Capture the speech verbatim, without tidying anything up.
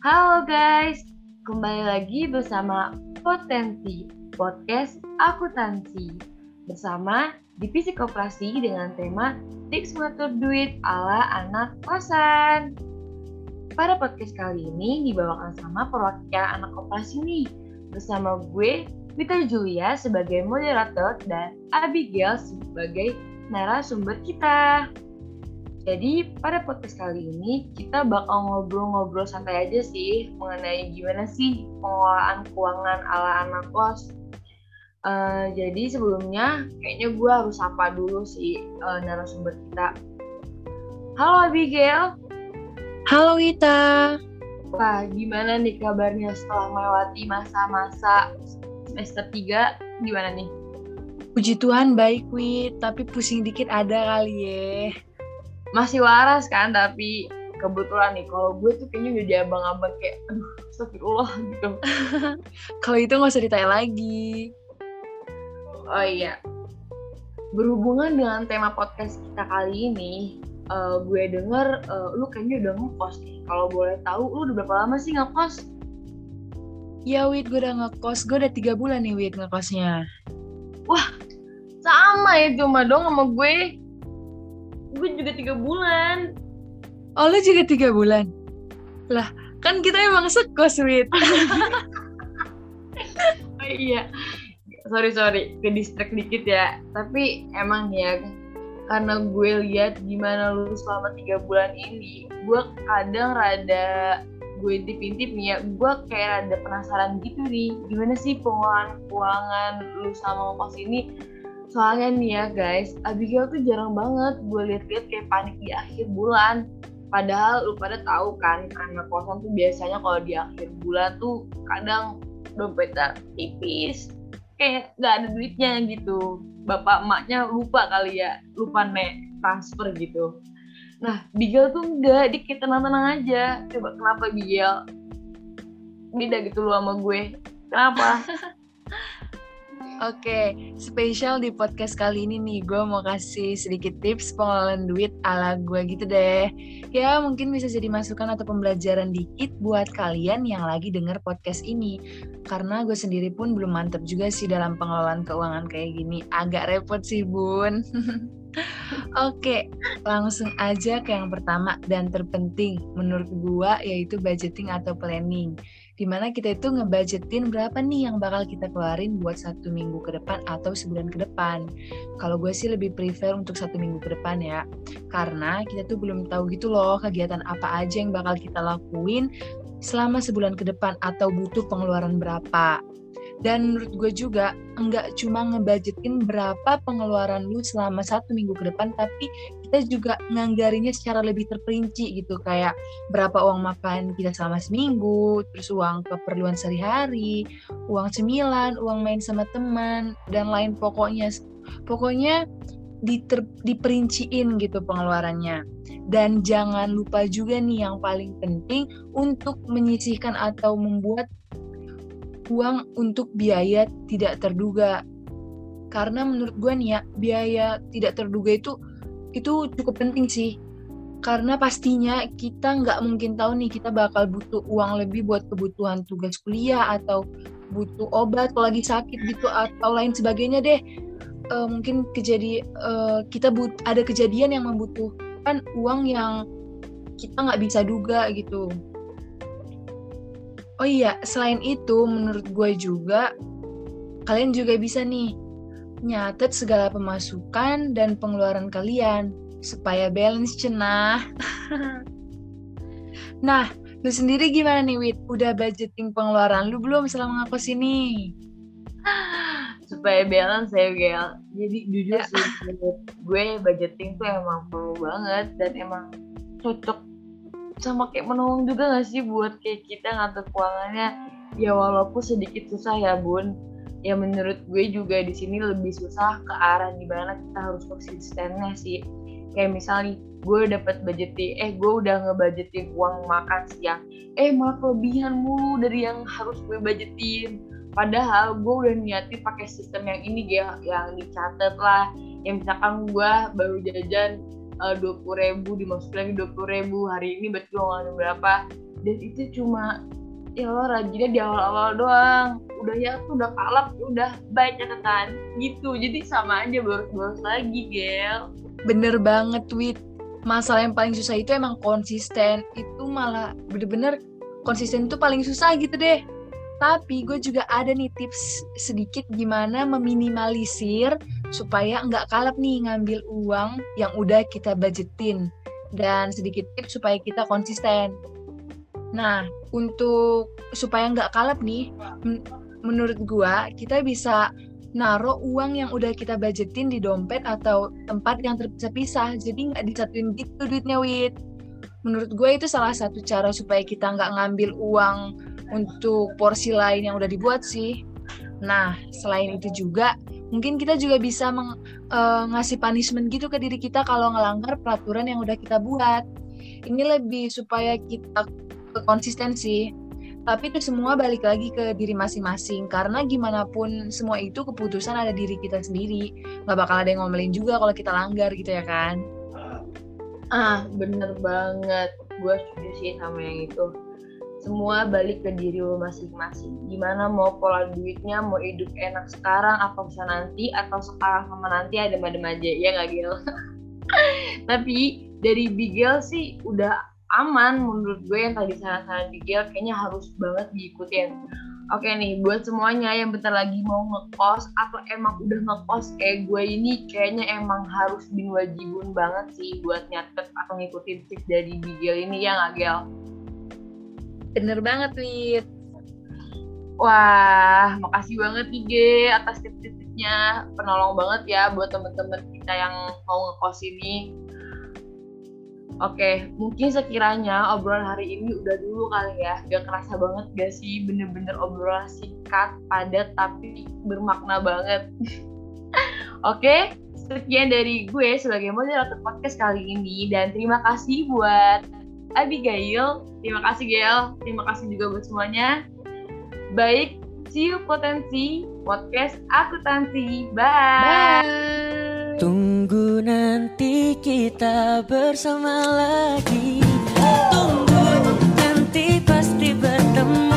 Halo guys, kembali lagi bersama Potensi, podcast akuntansi. Bersama Divisi Koperasi dengan tema tips mengatur duit ala anak kosan. Pada podcast kali ini dibawakan sama perwakilan anak koperasi nih. Bersama gue, Vita Julia sebagai moderator dan Abigail sebagai narasumber kita. Jadi pada podcast kali ini kita bakal ngobrol-ngobrol santai aja sih mengenai gimana sih pengelolaan keuangan ala anak kos. Uh, jadi sebelumnya kayaknya gue harus sapa dulu sih uh, narasumber kita. Halo Abigail. Halo Wita. Wah, gimana nih kabarnya setelah melewati masa-masa semester tiga? Gimana nih? Puji Tuhan baik Wit, tapi pusing dikit ada kali ya. Masih waras kan, tapi kebetulan nih kalau gue tuh kayaknya udah di abang-abang kayak aduh astagfirullah gitu. Kalau itu gak usah ditanya lagi. Oh iya, berhubungan dengan tema podcast kita kali ini, uh, gue denger uh, lu kayaknya udah ngekos nih. Kalau boleh tahu lu udah berapa lama sih ngekos? Ya Wit, gue udah ngekos, gue udah tiga bulan nih Wit ngekosnya. Wah, sama ya cuma dong sama gue. Gue juga tiga bulan. Oh, lu juga tiga bulan? Lah, kan kita emang sekos, Wit. Oh iya, sorry sorry, ke distract dikit ya. Tapi emang ya, karena gue lihat gimana lu selama tiga bulan ini, gue kadang rada gue intip-intip nih ya, gue kayak rada penasaran gitu nih, gimana sih pengelolaan keuangan lu sama ngekos ini. Soalnya nih ya guys, Abigail tuh jarang banget gue liat-liat kayak panik di akhir bulan. Padahal lu pada tahu kan, anak kosan tuh biasanya kalau di akhir bulan tuh kadang dompetnya tipis, kayak gak ada duitnya gitu. Bapak emaknya lupa kali ya, lupa nek transfer gitu. Nah, Abigail tuh enggak, dia kayak tenang-tenang aja. Coba kenapa Abigail? Beda gitu lu sama gue. Kenapa? Oke, spesial di podcast kali ini nih, gue mau kasih sedikit tips pengelolaan duit ala gue gitu deh. Ya mungkin bisa jadi masukan atau pembelajaran dikit buat kalian yang lagi denger podcast ini. Karena gue sendiri pun belum mantep juga sih dalam pengelolaan keuangan kayak gini. Agak repot sih bun. Oke, langsung aja ke yang pertama dan terpenting menurut gue, yaitu budgeting atau planning. Dimana kita itu ngebudgetin berapa nih yang bakal kita keluarin buat satu minggu ke depan atau sebulan ke depan. Kalau gue sih lebih prefer untuk satu minggu ke depan ya, karena kita tuh belum tahu gitu loh kegiatan apa aja yang bakal kita lakuin selama sebulan ke depan atau butuh pengeluaran berapa. Dan menurut gue juga enggak cuma ngebudgetin berapa pengeluaran lu selama satu minggu ke depan, tapi kita juga nganggarinya secara lebih terperinci gitu, kayak berapa uang makan kita selama seminggu, terus uang keperluan sehari-hari, uang cemilan, uang main sama teman, dan lain pokoknya. Pokoknya diter, diperinciin gitu pengeluarannya. Dan jangan lupa juga nih yang paling penting untuk menyisihkan atau membuat uang untuk biaya tidak terduga. Karena menurut gue nih ya, biaya tidak terduga itu itu cukup penting sih. Karena pastinya kita nggak mungkin tahu nih kita bakal butuh uang lebih buat kebutuhan tugas kuliah atau butuh obat kalau lagi sakit gitu atau lain sebagainya deh. E, mungkin kejadi e, kita but, ada kejadian yang membutuhkan uang yang kita nggak bisa duga gitu. Oh iya, selain itu menurut gue juga kalian juga bisa nih nyatet segala pemasukan dan pengeluaran kalian supaya balance cenah. Nah, lu sendiri gimana nih Wit? Udah budgeting pengeluaran lu belum selama ngekos ini? Supaya balance ya Gel. Jadi jujur ya. Sih gue budgeting tuh emang perlu banget dan emang cocok sama kayak menolong juga gak sih buat kayak kita ngatur keuangannya. Ya walaupun sedikit susah ya bun, ya menurut gue juga di sini lebih susah ke arah dimana kita harus konsistennya sih. Kayak misalnya gue dapat budgeting, eh gue udah ngebudgetin uang makan siang, eh malah kelebihan mulu dari yang harus gue budgetin. Padahal gue udah niatin pakai sistem yang ini ya, yang dicatat lah. Yang misalkan gue baru jajan uh, dua puluh ribu dimasukin lagi dua puluh ribu hari ini, berarti gue ngeluarin berapa. dan itu cuma ya lo rajinnya di awal-awal doang, udah ya tuh udah kalap, udah baik catatan gitu, jadi sama aja boros-boros lagi, Gel. Bener banget, Wit. Masalah yang paling susah itu emang konsisten. Itu malah bener-bener konsisten itu paling susah gitu deh. Tapi gue juga ada nih tips sedikit gimana meminimalisir supaya nggak kalap nih ngambil uang yang udah kita budgetin. Dan sedikit tips supaya kita konsisten. Nah, untuk supaya nggak kalap nih, men- menurut gue kita bisa naruh uang yang udah kita budgetin di dompet atau tempat yang terpisah-pisah. Jadi nggak disatuin gitu duitnya, Wit. Menurut gue itu salah satu cara supaya kita nggak ngambil uang untuk porsi lain yang udah dibuat sih. Nah, selain itu juga, mungkin kita juga bisa meng, uh, ngasih punishment gitu ke diri kita kalau ngelanggar peraturan yang udah kita buat. Ini lebih supaya kita konsistensi. Tapi itu semua balik lagi ke diri masing-masing. Karena gimana pun semua itu keputusan ada diri kita sendiri. Nggak bakal ada yang ngomelin juga kalau kita langgar gitu ya kan? Ah, bener banget. Gue setuju sih sama yang itu. Semua balik ke diri lo masing-masing. Gimana mau pola duitnya, mau hidup enak sekarang, apa bisa nanti, atau sekarang sama nanti adem-adem aja. Ya nggak, Gil? Tapi dari Bigel sih udah aman menurut gue. Yang tadi saran-saran Bigel kayaknya harus banget diikutin. Oke nih, buat semuanya yang bentar lagi mau ngekos atau emang udah ngekos kayak gue ini, kayaknya emang harus bin wajibun banget sih buat nyatet atau ngikutin tips dari Bigel ini, ya nggak, Gel? Bener banget, Wit. Wah, makasih banget nih, Ge, atas tips-tipsnya. Penolong banget ya buat temen-temen kita yang mau ngekos ini. Oke, mungkin sekiranya obrolan hari ini udah dulu kali ya. Gak kerasa banget gak sih? Bener-bener obrolan singkat, padat, tapi bermakna banget. Oke, sekian dari gue sebagai moderator podcast kali ini. Dan terima kasih buat Abigail. Terima kasih, Gail. Terima kasih juga buat semuanya. Baik, see you potensi podcast akuntansi. Bye. Bye. Tunggu nanti kita bersama lagi. Tunggu nanti pasti bertemu.